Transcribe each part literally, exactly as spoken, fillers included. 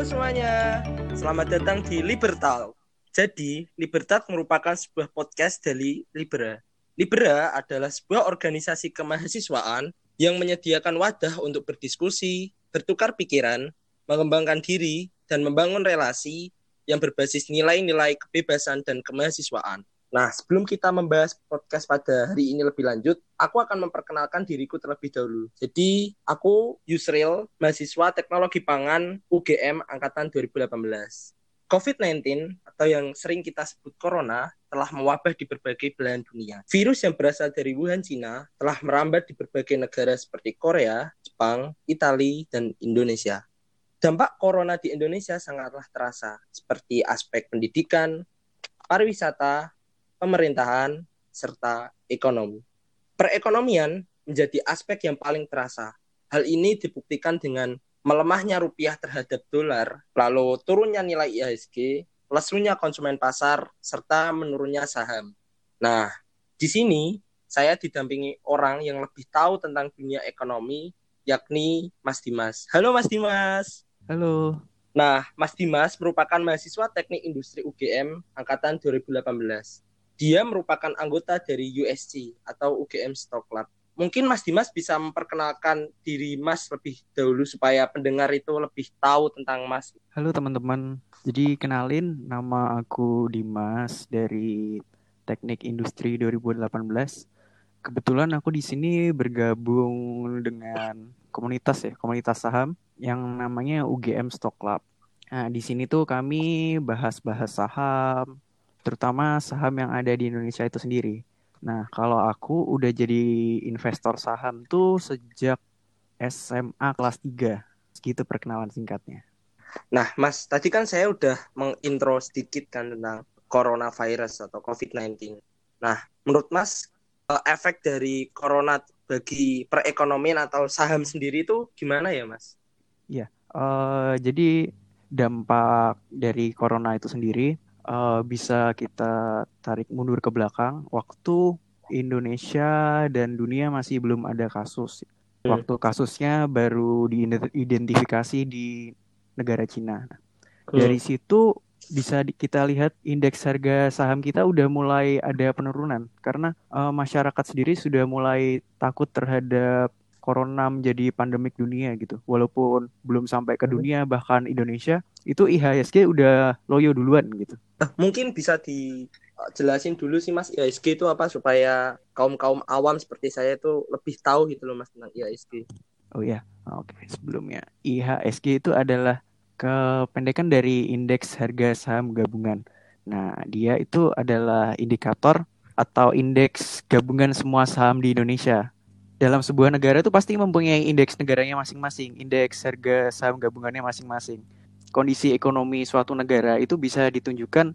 Halo semuanya, selamat datang di Libertal. Jadi, Libertal merupakan sebuah podcast dari Libera. Libera adalah sebuah organisasi kemahasiswaan yang menyediakan wadah untuk berdiskusi, bertukar pikiran, mengembangkan diri, dan membangun relasi yang berbasis nilai-nilai kebebasan dan kemahasiswaan. Nah, sebelum kita membahas podcast pada hari ini lebih lanjut, aku akan memperkenalkan diriku terlebih dahulu. Jadi, aku Yusril, mahasiswa Teknologi Pangan U G M Angkatan dua ribu delapan belas. covid sembilan belas atau yang sering kita sebut Corona telah mewabah di berbagai belahan dunia. Virus yang berasal dari Wuhan, Cina telah merambat di berbagai negara seperti Korea, Jepang, Italia, dan Indonesia. Dampak Corona di Indonesia sangatlah terasa, seperti aspek pendidikan, pariwisata, pemerintahan, serta ekonomi. Perekonomian menjadi aspek yang paling terasa. Hal ini dibuktikan dengan melemahnya rupiah terhadap dolar, lalu turunnya nilai I H S G, lesunya konsumen pasar, serta menurunnya saham. Nah, di sini saya didampingi orang yang lebih tahu tentang dunia ekonomi, yakni Mas Dimas. Halo Mas Dimas. Halo. Nah, Mas Dimas merupakan mahasiswa Teknik Industri U G M Angkatan dua ribu delapan belas. Dia merupakan anggota dari U S C atau U G M Stock Club. Mungkin Mas Dimas bisa memperkenalkan diri Mas lebih dahulu supaya pendengar itu lebih tahu tentang Mas. Halo teman-teman. Jadi kenalin, nama aku Dimas dari Teknik Industri dua ribu delapan belas. Kebetulan aku di sini bergabung dengan komunitas ya, komunitas saham yang namanya U G M Stock Club. Nah, di sini tuh kami bahas-bahas saham, terutama saham yang ada di Indonesia itu sendiri. Nah, kalau aku udah jadi investor saham tuh sejak S M A kelas tiga. Segitu perkenalan singkatnya. Nah, Mas, tadi kan saya udah mengintro sedikit kan tentang coronavirus atau covid sembilan belas. Nah, menurut Mas, efek dari corona bagi perekonomian atau saham sendiri itu gimana ya, Mas? Iya, uh, jadi dampak dari corona itu sendiri uh, bisa kita tarik mundur ke belakang waktu Indonesia dan dunia masih belum ada kasus. Hmm. Waktu kasusnya baru diidentifikasi di negara Cina. Hmm. Dari situ bisa kita lihat indeks harga saham kita udah mulai ada penurunan karena uh, masyarakat sendiri sudah mulai takut terhadap corona menjadi pandemik dunia gitu. Walaupun belum sampai ke dunia, bahkan Indonesia, itu I H S G udah loyo duluan gitu. Nah, mungkin bisa dijelasin dulu sih Mas, I H S G itu apa supaya kaum-kaum awam seperti saya itu lebih tahu gitu loh Mas tentang I H S G. Oh ya, oke. Sebelumnya, I H S G itu adalah kependekan dari indeks harga saham gabungan. Nah, dia itu adalah indikator atau indeks gabungan semua saham di Indonesia. Dalam sebuah negara itu pasti mempunyai indeks negaranya masing-masing, indeks harga saham gabungannya masing-masing. Kondisi ekonomi suatu negara itu bisa ditunjukkan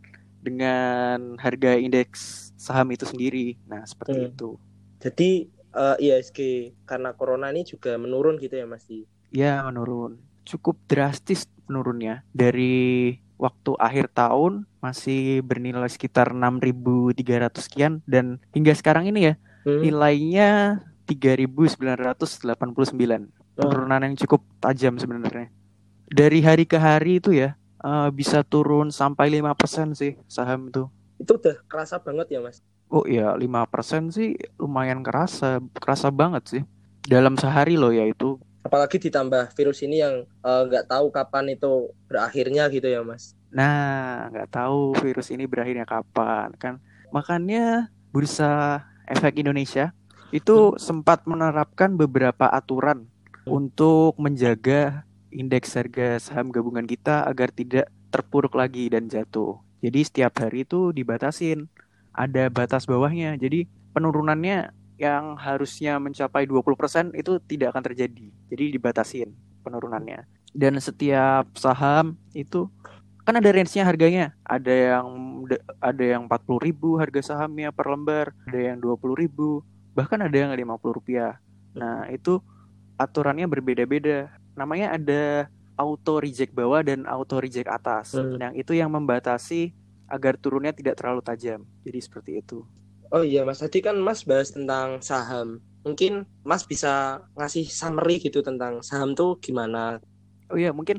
dengan harga indeks saham itu sendiri. Nah, seperti Hmm. itu. Jadi uh, I H S G karena corona ini juga menurun gitu ya Mas? Ya, menurun. Cukup drastis menurunnya. Dari waktu akhir tahun masih bernilai sekitar enam ribu tiga ratus sekian dan hingga sekarang ini ya hmm. nilainya tiga ribu sembilan ratus delapan puluh sembilan. Penurunan yang cukup tajam sebenarnya. Dari hari ke hari itu ya uh, bisa turun sampai lima persen sih saham itu. Itu udah kerasa banget ya Mas? Oh iya, lima persen sih lumayan kerasa, kerasa banget sih. Dalam sehari loh ya itu. Apalagi ditambah virus ini yang nggak uh, tahu kapan itu berakhirnya gitu ya Mas. Nah, nggak tahu virus ini berakhirnya kapan kan. Makanya Bursa Efek Indonesia itu hmm. sempat menerapkan beberapa aturan hmm. untuk menjaga indeks harga saham gabungan kita agar tidak terpuruk lagi dan jatuh. Jadi setiap hari itu dibatasin. Ada batas bawahnya. Jadi penurunannya yang harusnya mencapai dua puluh persen itu tidak akan terjadi. Jadi dibatasin penurunannya. Dan setiap saham itu kan ada range-nya harganya. Ada yang ada yang empat puluh ribu harga sahamnya per lembar, ada yang dua puluh ribu, bahkan ada yang lima puluh rupiah. Nah, itu aturannya berbeda-beda. Namanya ada auto reject bawah dan auto reject atas. Hmm. Yang itu yang membatasi agar turunnya tidak terlalu tajam. Jadi seperti itu. Oh iya Mas, tadi kan Mas bahas tentang saham. Mungkin Mas bisa ngasih summary gitu tentang saham tuh gimana? Oh iya, mungkin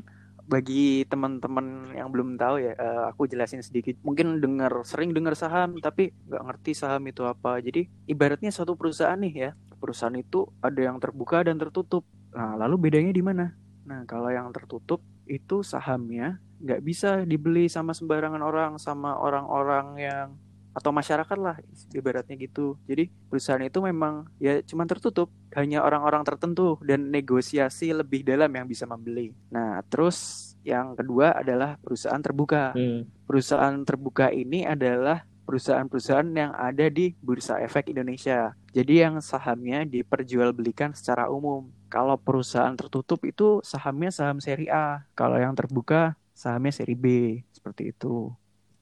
bagi teman-teman yang belum tahu ya, eh, aku jelasin sedikit. Mungkin dengar sering dengar saham tapi nggak ngerti saham itu apa. Jadi ibaratnya suatu perusahaan nih ya. Perusahaan itu ada yang terbuka dan tertutup. Nah, lalu bedanya di mana? Nah, kalau yang tertutup itu sahamnya nggak bisa dibeli sama sembarangan orang, sama orang-orang yang atau masyarakat lah ibaratnya gitu. Jadi perusahaan itu memang ya cuma tertutup, hanya orang-orang tertentu dan negosiasi lebih dalam yang bisa membeli. Nah, terus yang kedua adalah perusahaan terbuka. Hmm. Perusahaan terbuka ini adalah perusahaan-perusahaan yang ada di Bursa Efek Indonesia. Jadi yang sahamnya diperjualbelikan secara umum. Kalau perusahaan tertutup itu sahamnya saham seri A. Kalau yang terbuka sahamnya seri B. Seperti itu.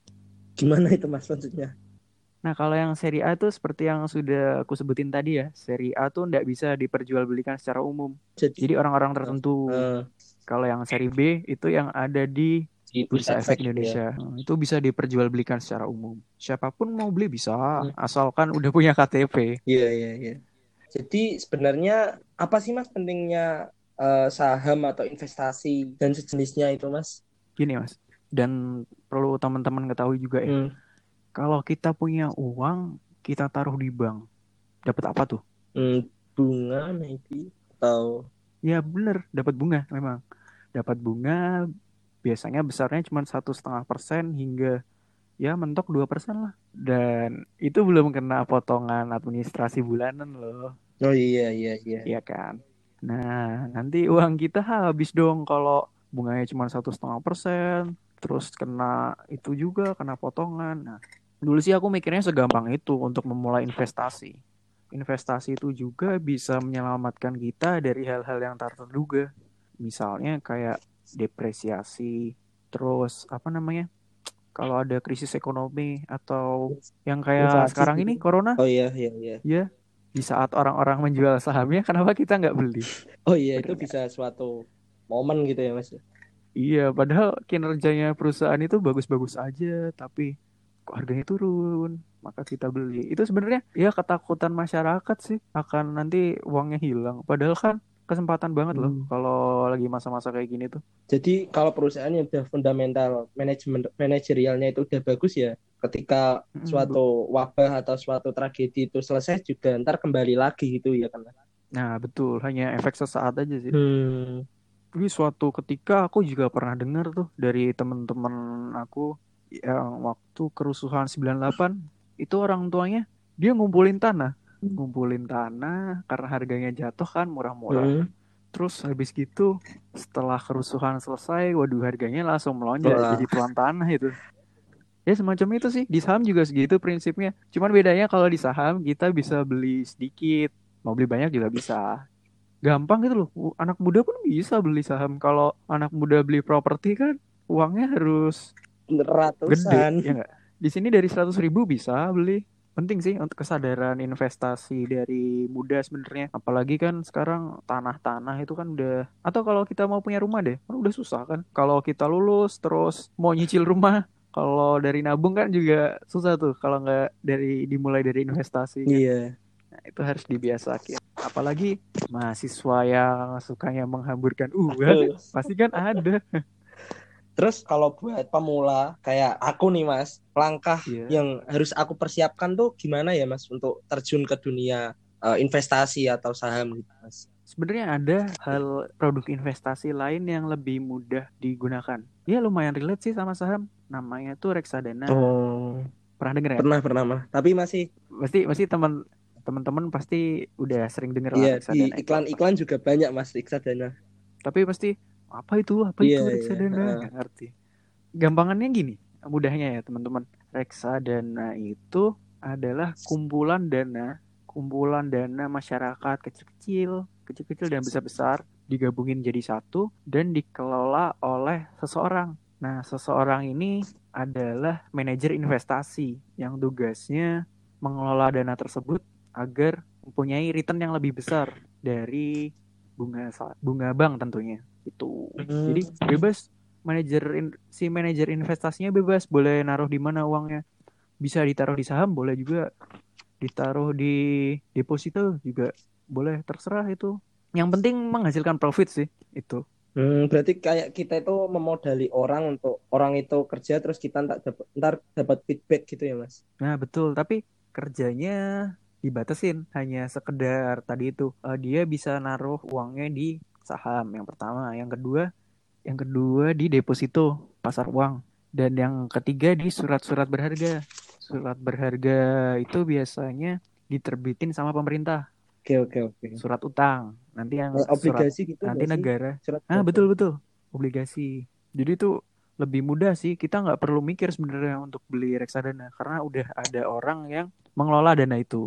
Gimana itu Mas maksudnya? Nah, kalau yang seri A itu seperti yang sudah aku sebutin tadi ya. Seri A tuh nggak bisa diperjualbelikan secara umum. Jadi, Jadi orang-orang tertentu. uh, Kalau yang seri B itu yang ada di di Bursa Efek efek ya. Indonesia. Nah, itu bisa diperjualbelikan secara umum. Siapapun mau beli bisa, Hmm. asalkan udah punya K T P. Iya, iya, iya. Jadi sebenarnya apa sih Mas pentingnya uh, saham atau investasi dan sejenisnya itu Mas? Gini Mas, dan perlu teman-teman ketahui juga ya. Hmm. Kalau kita punya uang, kita taruh di bank. Dapat apa tuh? Hmm, bunga maybe atau Ya bener, dapat bunga memang. Dapat bunga, biasanya besarnya cuma satu setengah persen hingga ya mentok dua persen lah. Dan itu belum kena potongan administrasi bulanan loh, oh iya iya iya. ya kan? Nah, nanti uang kita habis dong kalau bunganya cuma satu setengah persen, terus kena itu juga kena potongan. Nah, dulu sih aku mikirnya segampang itu untuk memulai investasi. Investasi itu juga bisa menyelamatkan kita dari hal-hal yang tak terduga. Misalnya kayak depresiasi, terus apa namanya? Kalau ada krisis ekonomi atau yang kayak Inflasi sekarang gitu. ini corona, Oh iya iya iya. ya di saat orang-orang menjual sahamnya, kenapa kita nggak beli? Oh iya itu Bener nggak? bisa suatu momen gitu ya Mas. Iya, padahal kinerjanya perusahaan itu bagus-bagus aja, tapi kok harganya turun, maka kita beli. Itu sebenarnya ya ketakutan masyarakat sih akan nanti uangnya hilang. Padahal kan kesempatan banget loh Hmm. kalau lagi masa-masa kayak gini tuh. Jadi kalau perusahaan yang udah fundamental manajemen manajerialnya itu udah bagus ya, ketika Mm, bu- suatu wabah atau suatu tragedi itu selesai juga ntar kembali lagi gitu ya kan. Nah, betul, hanya efek sesaat aja sih. Hmm. Tapi suatu ketika aku juga pernah dengar tuh dari teman-teman aku yang waktu kerusuhan sembilan delapan itu orang tuanya dia ngumpulin tanah, ngumpulin tanah karena harganya jatuh kan murah-murah. Hmm. Terus habis gitu setelah kerusuhan selesai, waduh harganya langsung melonjak Wah. jadi tuan tanah itu. Ya semacam itu sih. Di saham juga segitu prinsipnya. Cuman bedanya kalau di saham kita bisa beli sedikit, mau beli banyak juga bisa. Gampang gitu loh. U- Anak muda pun bisa beli saham. Kalau anak muda beli properti kan uangnya harus gede, Ratusan. ya nggak? Di sini dari seratus ribu bisa beli. Penting sih untuk kesadaran investasi dari muda sebenarnya. Apalagi kan sekarang tanah-tanah itu kan udah. Atau kalau kita mau punya rumah deh, kan udah susah kan. Kalau kita lulus terus mau nyicil rumah, kalau dari nabung kan juga susah tuh. Kalau nggak dari dimulai dari investasi kan. Iya. Nah, itu harus dibiasakan. Apalagi mahasiswa yang sukanya menghamburkan uang kan, pasti kan ada. Terus kalau buat pemula kayak aku nih Mas, langkah Iya. yang harus aku persiapkan tuh gimana ya Mas untuk terjun ke dunia uh, investasi atau saham gitu Mas? Sebenarnya ada hal produk investasi lain yang lebih mudah digunakan. Ya lumayan relate sih sama saham. Namanya tuh reksadana. Oh, Pernah denger nggak? pernah pernah mah. Tapi masih Pasti pasti teman teman-teman pasti udah sering denger lah iya di reksadana itu apa. iklan-iklan juga banyak Mas reksadana. Tapi pasti apa itu? Apa Iya itu iya. reksadana? Heeh. Nggak ngerti. Gampangannya gini, mudahnya ya teman-teman. Reksadana itu adalah kumpulan dana, kumpulan dana masyarakat kecil-kecil, kecil-kecil dan besar-besar digabungin jadi satu dan dikelola oleh seseorang. Nah, seseorang ini adalah manajer investasi yang tugasnya mengelola dana tersebut agar mempunyai return yang lebih besar dari bunga bunga bank tentunya. Itu. Hmm. Jadi bebas manajer in- si manajer investasinya bebas boleh naruh di mana uangnya, bisa ditaruh di saham boleh juga ditaruh di deposito juga boleh terserah itu, yang penting menghasilkan profit sih itu. Hmm, berarti kayak kita itu memodali orang untuk orang itu kerja terus kita ntar dapat ntar dapat feedback gitu ya Mas. Nah, betul. Tapi kerjanya dibatasin hanya sekedar tadi itu. Eh, dia bisa naruh uangnya di saham yang pertama, yang kedua, yang kedua di deposito pasar uang, dan yang ketiga di surat-surat berharga. Surat berharga itu biasanya diterbitin sama pemerintah, Oke oke oke. surat utang. Nanti yang Kayak surat obligasi gitu nanti nggak sih? negara. Surat Ah, berharga. betul betul. Obligasi. Jadi itu lebih mudah sih. Kita nggak perlu mikir sebenarnya untuk beli reksadana karena udah ada orang yang mengelola dana itu.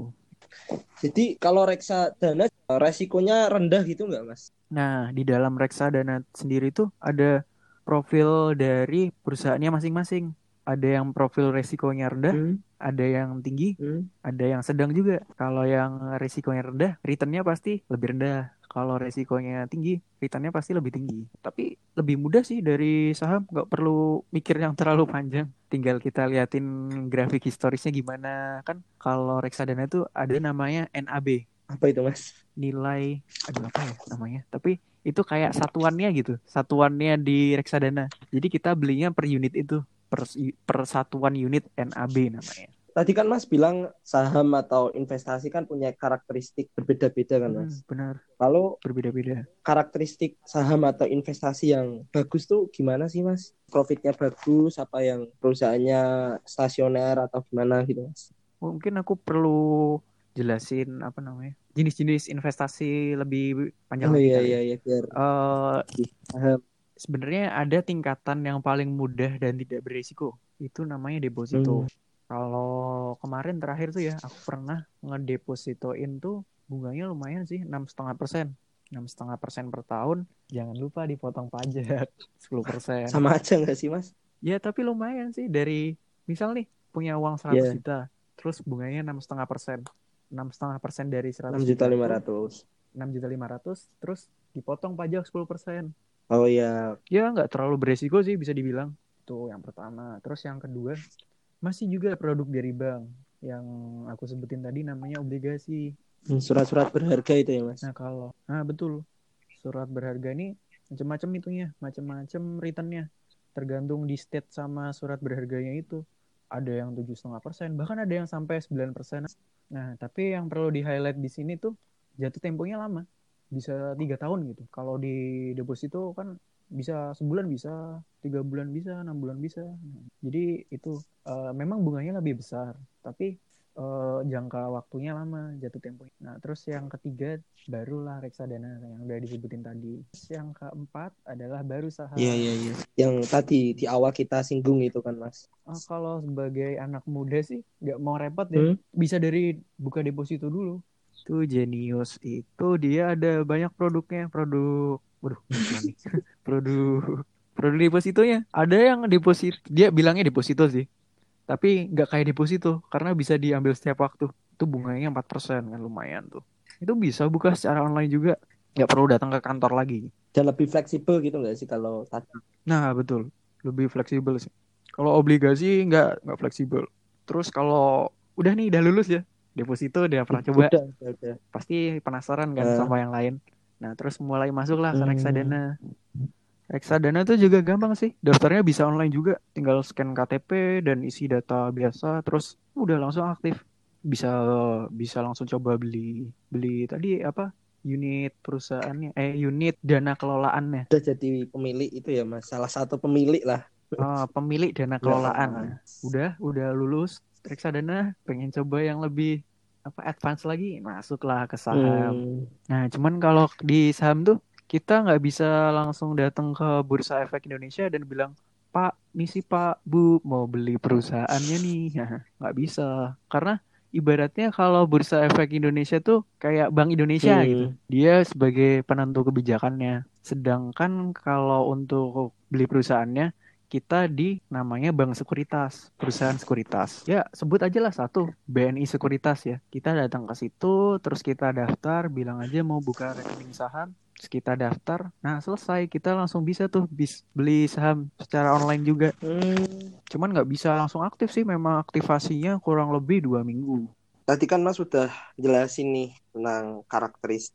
Jadi kalau reksadana resikonya rendah gitu nggak Mas? Nah, di dalam reksadana sendiri tuh ada profil dari perusahaannya masing-masing. Ada yang profil resikonya rendah, Hmm, ada yang tinggi, hmm. ada yang sedang juga. Kalau yang resikonya rendah, returnnya pasti lebih rendah. Kalau resikonya tinggi, returnnya pasti lebih tinggi. Tapi lebih mudah sih dari saham, nggak perlu mikir yang terlalu panjang. Tinggal kita liatin grafik historisnya gimana. Kan kalau reksadana itu ada namanya N A B, Apa itu Mas? nilai, aduh apa ya namanya, tapi itu kayak satuannya gitu, satuannya di reksadana, jadi kita belinya per unit itu, per, per satuan unit, N A B namanya. Tadi kan Mas bilang saham atau investasi kan punya karakteristik berbeda-beda kan Hmm, Mas. benar, Kalau berbeda-beda. karakteristik saham atau investasi yang bagus tuh gimana sih Mas? Profitnya bagus, apa yang perusahaannya stasioner atau gimana gitu Mas? Mungkin aku perlu jelasin apa namanya, jenis-jenis investasi lebih panjang Oh lagi iya kali iya ya. iya biar Eh lebih paham. Sebenarnya ada tingkatan yang paling mudah dan tidak berisiko. Itu namanya Hmm. deposito. Kalau kemarin terakhir tuh ya, aku pernah ngedepositoin tuh bunganya lumayan sih, enam koma lima persen. Enam koma lima persen per tahun. Jangan lupa dipotong pajak sepuluh persen. Sama aja nggak sih Mas? Ya, tapi lumayan sih dari misal nih punya uang seratus Ya, juta, terus bunganya enam koma lima persen. enam koma lima persen dari enam seratus juta juta lima itu ratus. enam juta lima ratus, terus dipotong pajak sepuluh persen. Oh ya, Ya nggak terlalu beresiko sih bisa dibilang. Itu yang pertama. Terus yang kedua, masih juga produk dari bank. Yang aku sebutin tadi namanya obligasi. surat-surat berharga itu ya Mas. Nah kalau, nah betul, surat berharga ini macam-macam itunya, macam-macam returnnya. Tergantung di state sama surat berharganya itu. Ada yang tujuh koma lima persen, bahkan ada yang sampai sembilan persen. Nah, tapi yang perlu di-highlight di sini tuh jatuh temponya lama. Bisa tiga tahun gitu. Kalau di deposito kan bisa sebulan, bisa tiga bulan, bisa enam bulan, bisa. Nah, jadi itu uh, memang bunganya lebih besar, tapi uh, jangka waktunya lama jatuh temponya. Nah, terus yang ketiga barulah reksadana yang udah disebutin tadi. Terus yang keempat adalah baru Iya saham. iya iya. Yang tadi di awal kita singgung itu kan Mas. Uh, kalau sebagai anak muda sih nggak mau repot ya, Hmm? bisa dari buka deposito dulu. Itu Genius itu dia ada banyak produknya, produk, waduh, lupa nih. Produk, produk depositonya. Ada yang deposit, dia bilangnya deposito sih, tapi nggak kayak deposito karena bisa diambil setiap waktu. Itu bunganya empat persen kan, lumayan tuh. Itu bisa buka secara online juga, nggak perlu datang ke kantor lagi. Dan lebih fleksibel gitu nggak sih kalau tadi? Nah, betul. Lebih fleksibel sih. Kalau obligasi nggak nggak fleksibel. Terus kalau udah nih udah lulus ya, deposito udah pernah coba, Udah, udah, udah. pasti penasaran kan Nah, sama yang lain. Nah, terus mulai masuklah ke hmm, reksadana. Reksadana tuh juga gampang sih. Daftarnya bisa online juga. Tinggal scan K T P dan isi data biasa. Terus udah langsung aktif. Bisa bisa langsung coba beli beli tadi apa? Unit perusahaannya. Eh, unit dana kelolaannya. udah jadi pemilik itu ya Mas. Salah satu pemilik lah. Ah, pemilik dana Ya, kelolaan. ah. Nah, udah udah lulus reksadana, pengen coba yang lebih apa advance lagi, masuklah ke saham. Hmm, Nah, cuman kalau di saham tuh kita nggak bisa langsung datang ke Bursa Efek Indonesia dan bilang, Pak, misi Pak, Bu, mau beli perusahaannya nih. Nggak bisa. Karena ibaratnya kalau Bursa Efek Indonesia tuh kayak Bank Indonesia gitu. hmm. Dia sebagai penentu kebijakannya. Sedangkan kalau untuk beli perusahaannya, kita di namanya bank sekuritas, perusahaan sekuritas. Ya, sebut aja lah satu, B N I Sekuritas ya. Kita datang ke situ, terus kita daftar, bilang aja mau buka rekening saham, terus kita daftar. Nah, selesai, kita langsung bisa tuh bis, beli saham secara online juga. Hmm. Cuman nggak bisa langsung aktif sih, memang aktivasinya kurang lebih dua minggu. Tadi kan Mas sudah jelasin nih tentang karakteristik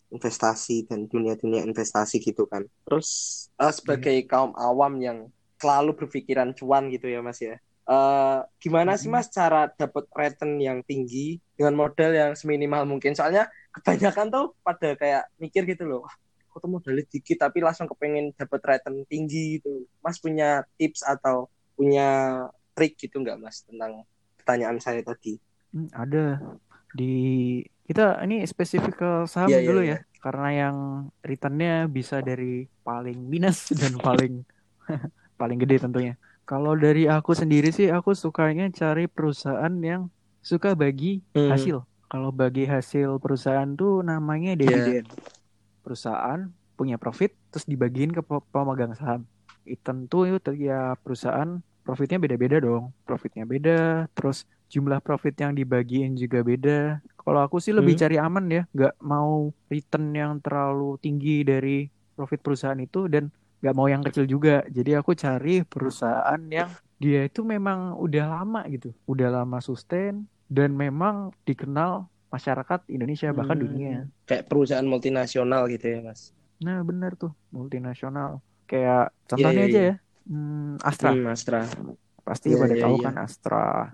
investasi dan dunia-dunia investasi gitu kan. Terus uh, Iya. sebagai kaum awam yang selalu berpikiran cuan gitu ya Mas ya. Eh, gimana sih Mm-mm. Mas cara dapat return yang tinggi dengan modal yang seminimal mungkin? Soalnya kebanyakan tuh pada kayak mikir gitu loh, wah, aku tuh modalnya dikit tapi langsung kepengen dapat return tinggi gitu. Mas punya tips atau punya trik gitu nggak Mas tentang pertanyaan saya tadi? Hmm, ada di kita ini spesifik ke Iya saham iya dulu iya. ya, karena yang returnnya bisa dari paling minus dan paling paling gede tentunya. Kalau dari aku sendiri sih, aku sukanya cari perusahaan yang suka bagi Hmm, hasil. Kalau bagi hasil perusahaan tuh namanya ya. dividen. Perusahaan punya profit terus dibagiin ke pe- pemegang saham. Itu tentu itu tiap perusahaan profitnya beda-beda dong. Profitnya beda, terus jumlah profit yang dibagiin juga beda. Kalau aku sih lebih Hmm. cari aman ya, nggak mau return yang terlalu tinggi dari profit perusahaan itu dan nggak mau yang kecil juga. Jadi aku cari perusahaan yang dia itu memang udah lama gitu, udah lama sustain dan memang dikenal masyarakat Indonesia bahkan dunia. Hmm, kayak perusahaan multinasional gitu ya, Mas. Nah, bener tuh, multinasional. Kayak Iya, contohnya iya, aja iya. ya, hmm, Astra. Hmm, Astra. Pasti Iya, pada iya, tahu iya. kan Astra.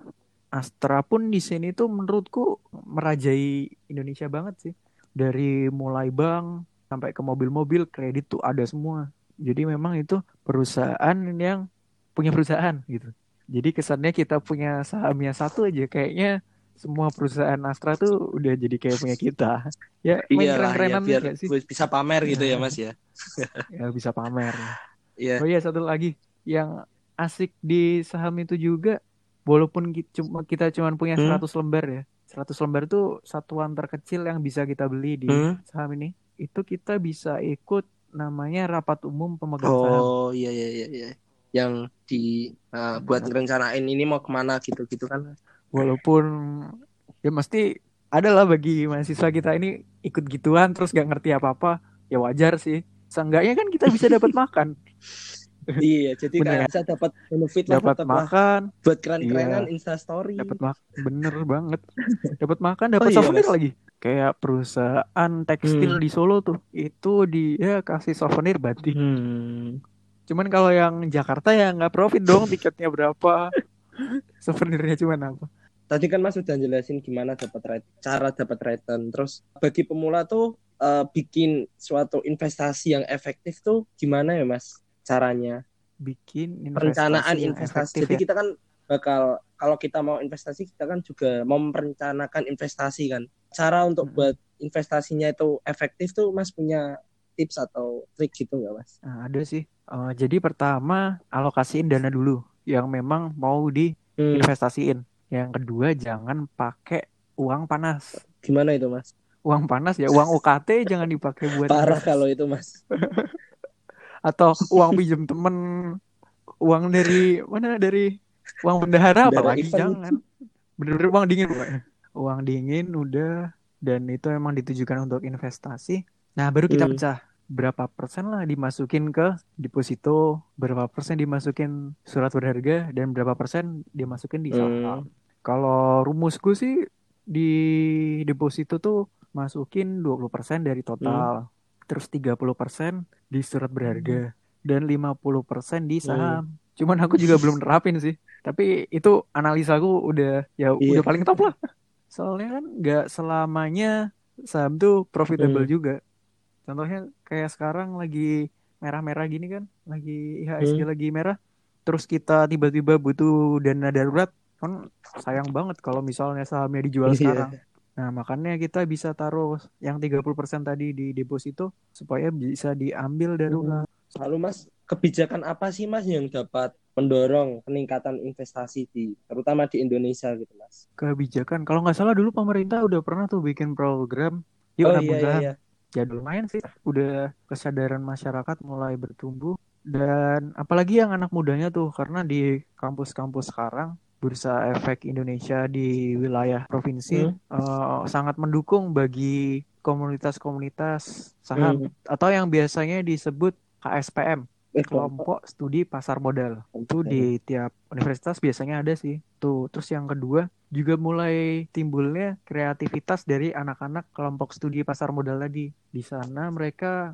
Astra pun di sini tuh menurutku merajai Indonesia banget sih. Dari mulai bank sampai ke mobil-mobil, kredit tuh ada semua. Jadi memang itu perusahaan yang punya perusahaan gitu. Jadi kesannya kita punya sahamnya satu aja, kayaknya semua perusahaan Astra tuh udah jadi kayak punya kita. Ya main Iyalah, ya keren-kerenan biar gak sih? bisa pamer gitu ya, Mas ya. Ya bisa pamer. Oh Iya. iya, satu lagi yang asik di saham itu juga, walaupun ki- cuma kita cuma punya Hmm, seratus lembar ya. Seratus lembar itu satuan terkecil yang bisa kita beli di hmm. saham ini. Itu kita bisa ikut namanya rapat umum pemegang saham. Oh, iya, iya, iya, iya. Yang di uh, buat Nah, ngerencanain ini mau kemana gitu-gitu kan. walaupun ya mesti ada lah bagi mahasiswa kita ini ikut gituan terus gak ngerti apa-apa, ya wajar sih. Seenggaknya kan kita bisa dapat makan. Iya, jadi Bener kayak kan? saya dapat benefit lah Dapat tetap lah makan, buat iya. keren-kerenan Instastory. Dapat mak bener banget, dapat makan, Oh dapat iya, souvenir Mas. lagi. Kayak perusahaan tekstil Hmm. di Solo tuh, itu dia kasih souvenir batik. Hmm. Cuman kalau yang Jakarta ya nggak profit dong, tiketnya berapa, souvenirnya cuman apa. Tadi kan Mas sudah jelasin gimana dapat rate, cara dapat return. Terus bagi pemula tuh eh, bikin suatu investasi yang efektif tuh gimana ya Mas caranya? Bikin Perencanaan investasi yang investasi. efektif Jadi ya. kita kan bakal kalau kita mau investasi kita kan juga mau merencanakan investasi kan. Cara untuk Mm-mm. buat investasinya itu efektif tuh Mas punya tips atau trik gitu nggak Mas? Nah, ada sih. Eh, jadi pertama alokasiin dana dulu yang memang mau Hmm, diinvestasiin. Yang kedua jangan pakai uang panas. gimana itu Mas? Uang panas ya, uang U K T jangan dipakai buat Parah kalau investasi. itu Mas. Atau uang pinjam temen, uang dari mana, dari uang bendahara Dari apalagi event. jangan. Bener-bener uang dingin pokoknya. Uang dingin udah, dan itu emang ditujukan untuk investasi. Nah, baru kita Hmm, pecah berapa persen lah dimasukin ke deposito, berapa persen dimasukin surat berharga, dan berapa persen dimasukin di saham. hmm, Kalau rumusku sih di deposito tuh masukin dua puluh persen dari hmm, total, terus tiga puluh persen di surat berharga, dan lima puluh persen di hmm. saham. Cuman aku juga belum nerapin sih. Tapi itu analisaku udah ya udah Iya. paling top lah. Soalnya kan nggak selamanya saham tuh profitable Hmm, juga. Contohnya kayak sekarang lagi merah-merah gini kan, lagi I H S G hmm. lagi merah. Terus kita tiba-tiba butuh dana darurat, kan sayang banget kalau misalnya sahamnya dijual sekarang. Iya. Nah, makanya kita bisa taruh yang tiga puluh persen tadi di deposito supaya bisa diambil Hmm. darurat. Lalu Mas, kebijakan apa sih Mas yang dapat mendorong peningkatan investasi di terutama di Indonesia gitu Mas? Kebijakan, kalau nggak salah dulu pemerintah udah pernah tuh bikin program yuk Oh iya nabung iya saham. iya. Ya lumayan sih, udah kesadaran masyarakat mulai bertumbuh. Dan apalagi yang anak mudanya tuh, karena di kampus-kampus sekarang Bursa Efek Indonesia di wilayah provinsi Hmm, eh, sangat mendukung bagi komunitas-komunitas saham hmm. atau yang biasanya disebut K S P M. Eh, kelompok kelompok studi pasar modal. Itu modal. di tiap universitas biasanya ada sih. Tuh, terus yang kedua juga mulai timbulnya kreativitas dari anak-anak kelompok studi pasar modal tadi. Di sana mereka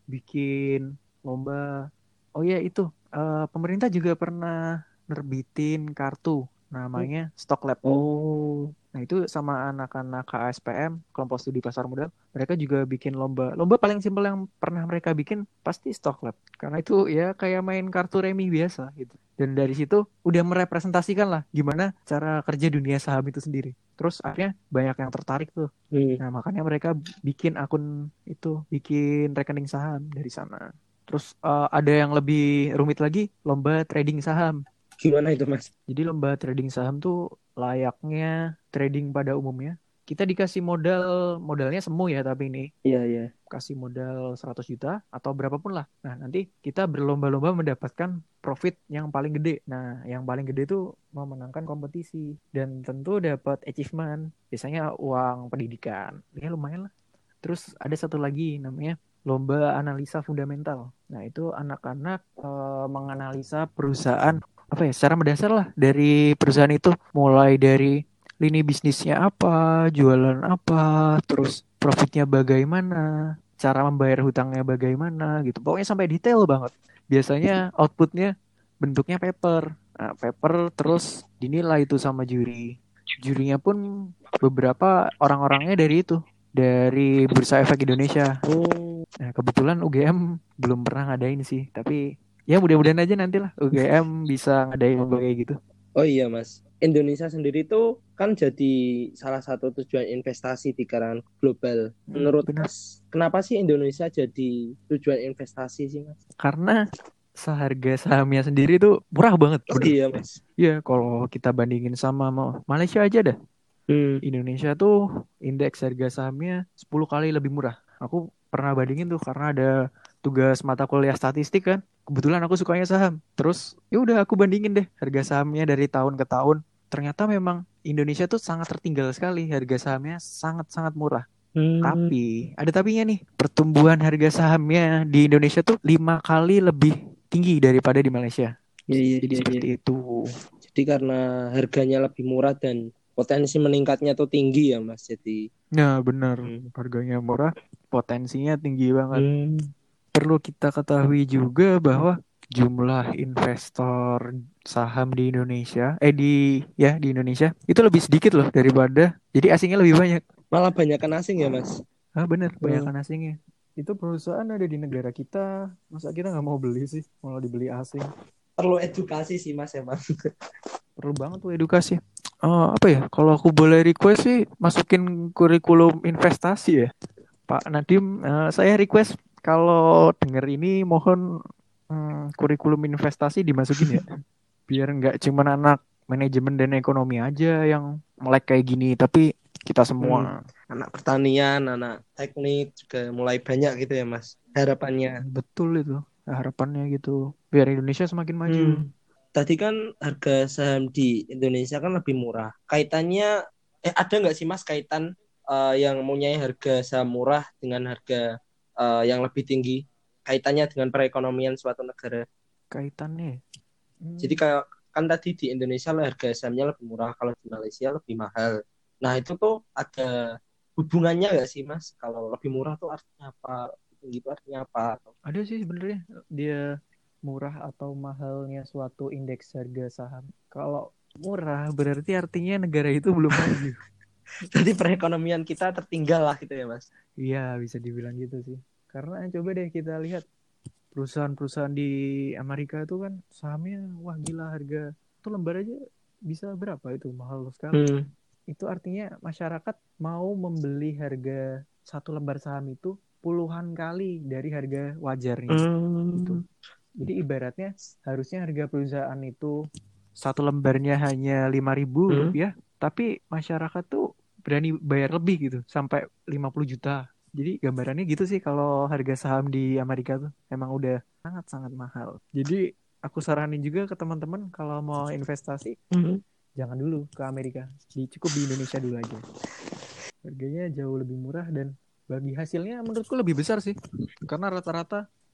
bikin lomba. Oh iya itu, eh, pemerintah juga pernah nerbitin kartu namanya Stock Lab. Oh, Nah, itu sama anak-anak K S P M, kelompok studi pasar modal, mereka juga bikin lomba. Lomba paling simpel yang pernah mereka bikin pasti Stock Lab. Karena itu ya kayak main kartu remi biasa gitu. Dan dari situ udah merepresentasikan lah gimana cara kerja dunia saham itu sendiri. Terus akhirnya banyak yang tertarik tuh. hmm. Nah, makanya mereka bikin akun itu, bikin rekening saham dari sana. Terus eh, ada yang lebih rumit lagi, lomba trading saham. Gimana itu Mas? Jadi lomba trading saham tuh layaknya trading pada umumnya. Kita dikasih modal, modalnya semu ya tapi ini. Iya, iya. Kasih modal seratus juta atau berapapun lah. Nah nanti kita berlomba-lomba mendapatkan profit yang paling gede. Nah yang paling gede itu memenangkan kompetisi. Dan tentu dapat achievement. Biasanya uang pendidikan. Ya lumayan lah. Terus ada satu lagi namanya lomba analisa fundamental. Nah, itu anak-anak eh, menganalisa perusahaan apa ya, secara mendasar lah dari perusahaan itu, mulai dari lini bisnisnya apa, jualan apa, terus profitnya bagaimana, cara membayar hutangnya bagaimana gitu. Pokoknya sampai detail banget. Biasanya outputnya bentuknya paper. Nah, paper terus dinilai itu sama juri. Jurinya pun beberapa orang-orangnya dari itu, dari Bursa Efek Indonesia. Oh, Nah, kebetulan U G M belum pernah ngadain sih, tapi ya mudah-mudahan aja nanti lah U G M bisa ngadain lomba kayak gitu. oh iya Mas. Indonesia sendiri itu kan jadi salah satu tujuan investasi di kalangan global. Hmm, Menurut bener. Mas, kenapa sih Indonesia jadi tujuan investasi sih Mas? Karena seharga sahamnya sendiri tuh murah banget, Oh bener. iya Mas. Iya, kalau kita bandingin sama Ma- Malaysia aja dah. Hmm. Indonesia tuh indeks harga sahamnya sepuluh kali lebih murah. Aku pernah bandingin tuh karena ada tugas mata kuliah statistik kan. Kebetulan aku sukanya saham. Terus ya udah aku bandingin deh harga sahamnya dari tahun ke tahun. Ternyata memang Indonesia tuh sangat tertinggal sekali. Harga sahamnya sangat-sangat murah. Hmm. Tapi ada tapinya nih. Pertumbuhan harga sahamnya di Indonesia tuh lima kali lebih tinggi daripada di Malaysia. Iya, iya, Jadi iya, iya. seperti itu. Jadi karena harganya lebih murah dan potensi meningkatnya tuh tinggi ya Mas. Jadi, Nah, benar. hmm. Harganya murah, potensinya tinggi banget. Hmm. Perlu kita ketahui juga bahwa jumlah investor saham di Indonesia, eh di ya di Indonesia itu lebih sedikit loh daripada, jadi asingnya lebih banyak. Malah banyak kan asing ya Mas. Ah bener, banyak Hmm. kan asingnya. Itu perusahaan ada di negara kita, masa kita nggak mau beli sih, malah dibeli asing. Perlu edukasi sih Mas emang. Perlu banget tuh edukasi. Oh, apa ya? Kalau aku boleh request sih, masukin kurikulum investasi ya. Pak Nadim, eh, saya request kalau denger ini mohon hmm, kurikulum investasi dimasukin ya. Biar nggak cuma anak manajemen dan ekonomi aja yang melek kayak gini, tapi kita Hmm. semua. Anak pertanian, anak teknik juga mulai banyak gitu ya Mas. Harapannya. Betul itu harapannya gitu. Biar Indonesia semakin maju. Hmm. Tadi kan harga saham di Indonesia kan lebih murah. Kaitannya, eh ada nggak sih Mas kaitan eh, yang mempunyai harga saham murah dengan harga eh, yang lebih tinggi? Kaitannya dengan perekonomian suatu negara. Kaitannya. Hmm, Jadi kayak kan tadi di Indonesia lah harga sahamnya lebih murah, kalau di Malaysia lebih mahal. Nah itu tuh ada hubungannya nggak sih Mas? Kalau lebih murah tuh artinya apa? Lebih tinggi itu artinya apa? ada sih sebenarnya dia murah atau mahalnya suatu indeks harga saham. Kalau murah berarti artinya negara itu belum maju. Jadi perekonomian kita tertinggal lah gitu ya Mas. Iya, bisa dibilang gitu sih. Karena coba deh kita lihat perusahaan-perusahaan di Amerika itu kan sahamnya wah gila, harga satu lembar aja bisa berapa, itu mahal sekali. Hmm. Itu artinya masyarakat mau membeli harga satu lembar saham itu puluhan kali dari harga wajarnya. Gitu. Hmm. Jadi ibaratnya harusnya harga perusahaan itu satu lembarnya hanya lima ribu Hmm. rupiah, tapi masyarakat tuh berani bayar lebih gitu, sampai lima puluh juta. Jadi gambarannya gitu sih kalau harga saham di Amerika tuh emang udah sangat-sangat mahal. Jadi aku saranin juga ke teman-teman kalau mau investasi Hmm. jangan dulu ke Amerika, di, cukup di Indonesia dulu aja. Harganya jauh lebih murah dan bagi hasilnya menurutku lebih besar sih. Karena rata-rata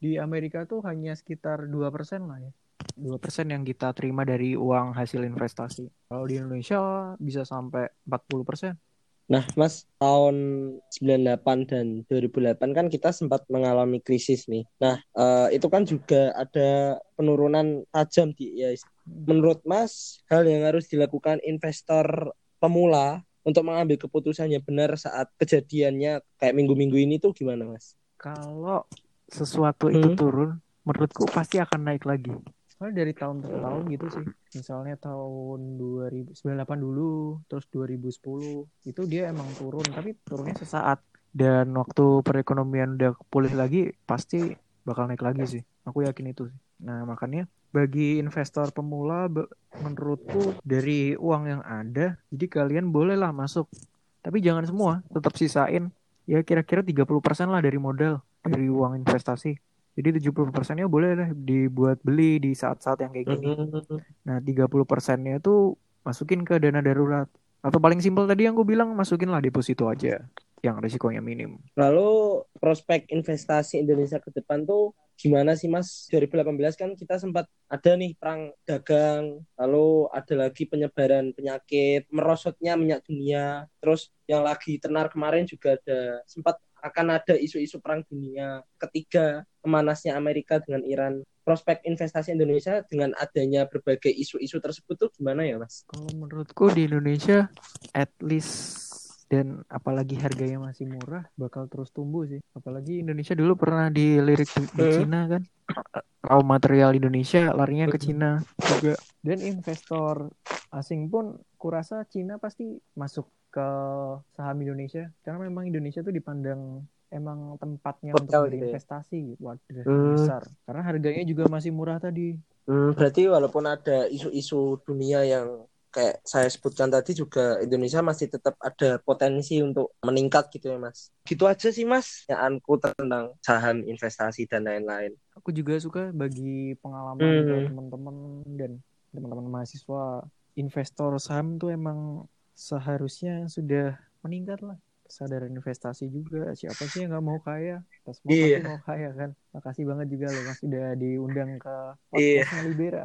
Di Amerika tuh hanya sekitar dua persen lah ya. Dua persen yang kita terima dari uang hasil investasi. Kalau di Indonesia bisa sampai empat puluh persen. Nah, Mas, tahun sembilan puluh delapan dan dua ribu delapan kan kita sempat mengalami krisis nih. Nah, eh, itu kan juga ada penurunan tajam di I S. Menurut Mas, hal yang harus dilakukan investor pemula untuk mengambil keputusannya benar saat kejadiannya kayak minggu-minggu ini tuh gimana, Mas? Kalau sesuatu itu Hmm? turun, menurutku pasti akan naik lagi. Soalnya dari tahun ke tahun gitu sih. Misalnya tahun dua ribu sembilan puluh delapan dulu, terus dua ribu sepuluh, itu dia emang turun, tapi turunnya sesaat. Dan waktu perekonomian udah pulih lagi, pasti bakal naik lagi sih. Aku yakin itu sih. Nah, makanya bagi investor pemula, be- menurutku dari uang yang ada, jadi kalian bolehlah masuk. Tapi jangan semua, tetap sisain ya kira-kira tiga puluh persen lah dari modal, dari uang investasi. Jadi tujuh puluh persennya boleh lah dibuat beli di saat-saat yang kayak gini. Hmm. Nah, tiga puluh persennya itu masukin ke dana darurat. Atau paling simpel tadi yang gue bilang, masukin lah deposito aja yang risikonya minim. Lalu prospek investasi Indonesia ke depan tuh gimana sih Mas? dua ribu delapan belas kan kita sempat ada nih perang dagang, lalu ada lagi penyebaran penyakit, merosotnya minyak dunia, terus yang lagi tenar kemarin juga ada sempat akan ada isu-isu perang dunia ketiga, memanasnya Amerika dengan Iran. Prospek investasi Indonesia dengan adanya berbagai isu-isu tersebut tuh gimana ya Mas? Kalau menurutku di Indonesia, at least dan apalagi harganya masih murah, bakal terus tumbuh sih. Apalagi Indonesia dulu pernah dilirik di, di Hmm? Cina kan. Raw material Indonesia larinya ke Cina juga. Dan investor asing pun kurasa Cina pasti masuk ke saham Indonesia. Karena memang Indonesia tuh dipandang emang tempatnya untuk Hotel gitu ya. berinvestasi. Wadah, Hmm. besar. Karena harganya juga masih murah tadi. Hmm, berarti walaupun ada isu-isu dunia yang kayak saya sebutkan tadi juga Indonesia masih tetap ada potensi untuk meningkat gitu ya Mas. Gitu aja sih Mas yang aku tentang saham investasi dan lain-lain. Aku juga suka bagi pengalaman ke Hmm. teman-teman dan teman-teman mahasiswa. Investor saham tuh emang seharusnya sudah meningkat lah. Kesadaran investasi juga. Siapa sih yang nggak mau kaya? Kita semua pasti Iya, mau kaya kan. Makasih banget juga loh Mas sudah diundang ke iya. podcastnya Libera.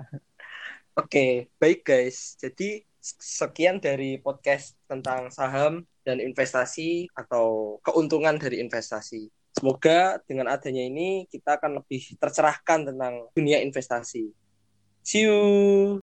Oke, baik guys. Jadi sekian dari podcast tentang saham dan investasi atau keuntungan dari investasi. Semoga dengan adanya ini kita akan lebih tercerahkan tentang dunia investasi. See you.